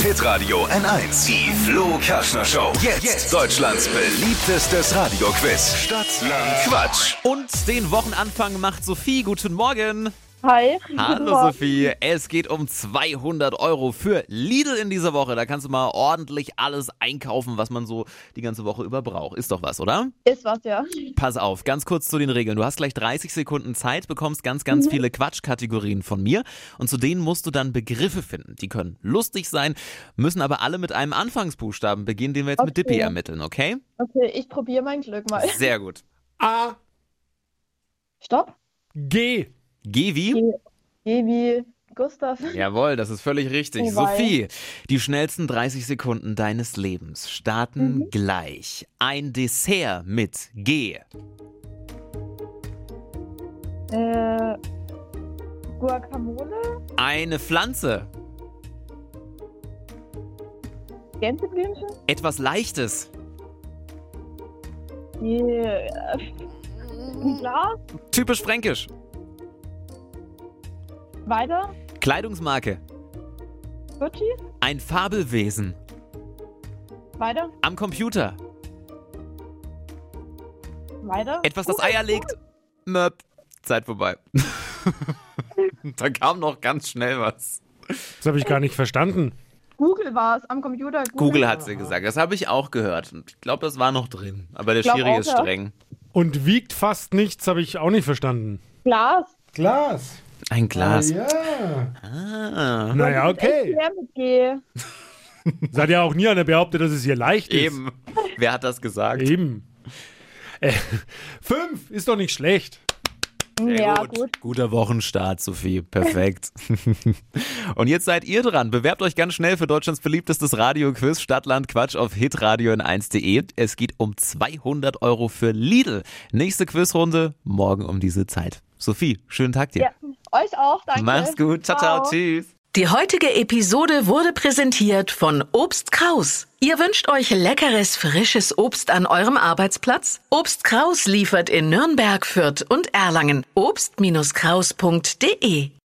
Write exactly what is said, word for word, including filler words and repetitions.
Hitradio N eins. Die Flo Kerschner Show. Jetzt, Jetzt. Deutschlands beliebtestes Radioquiz. Stadt, Land, Quatsch. Und den Wochenanfang macht Sophie. Guten Morgen. Hi. Hallo Sophie. Es geht um zweihundert Euro für Lidl in dieser Woche. Da kannst du mal ordentlich alles einkaufen, was man so die ganze Woche über braucht. Ist doch was, oder? Ist was, ja. Pass auf, ganz kurz zu den Regeln. Du hast gleich dreißig Sekunden Zeit, bekommst ganz, ganz mhm. viele Quatschkategorien von mir. Und zu denen musst du dann Begriffe finden. Die können lustig sein, müssen aber alle mit einem Anfangsbuchstaben beginnen, den wir jetzt okay. mit Dippy ermitteln, okay? Okay, ich probiere mein Glück mal. Sehr gut. A. Stopp. G. G wie? G, G wie Gustav. Jawohl, das ist völlig richtig. Oh, Sophie, die schnellsten dreißig Sekunden deines Lebens starten Mhm. gleich. Ein Dessert mit G. Äh, Guacamole, Eine Pflanze. Gänseblümchen, Etwas Leichtes. die, äh, ein Glas, Typisch fränkisch. weiter, Kleidungsmarke. Gucci, Ein Fabelwesen. weiter, Am Computer. weiter. Etwas, das Eier legt. Möp. Zeit vorbei. Da kam noch ganz schnell was. Das habe ich gar nicht verstanden. Google war es, am Computer. Google, Google hat sie gesagt. Das habe ich auch gehört. Und ich glaube, das war noch drin. Aber der Ich glaub Schiri auch, ist ja. streng. Und wiegt fast nichts, habe ich auch nicht verstanden. Glas. Glas. Ein Glas. Ja. Ah. Naja, Echt okay. schwer mit G. Es hat ja auch nie einer behauptet, dass es hier leicht ist. Eben. Wer hat das gesagt? Eben. Äh, fünf ist doch nicht schlecht. Sehr Ja, gut. gut. Guter Wochenstart, Sophie. Perfekt. Und jetzt seid ihr dran. Bewerbt euch ganz schnell für Deutschlands beliebtestes Radioquiz Stadtland Quatsch auf hitradio n eins punkt de. Es geht um zweihundert Euro für Lidl. Nächste Quizrunde morgen um diese Zeit. Sophie, schönen Tag dir. Ja, euch auch, danke. Mach's gut. Ciao, ciao. Tschüss. Die heutige Episode wurde präsentiert von Obst Kraus. Ihr wünscht euch leckeres, frisches Obst an eurem Arbeitsplatz? Obst Kraus liefert in Nürnberg, Fürth und Erlangen. obst Kraus punkt de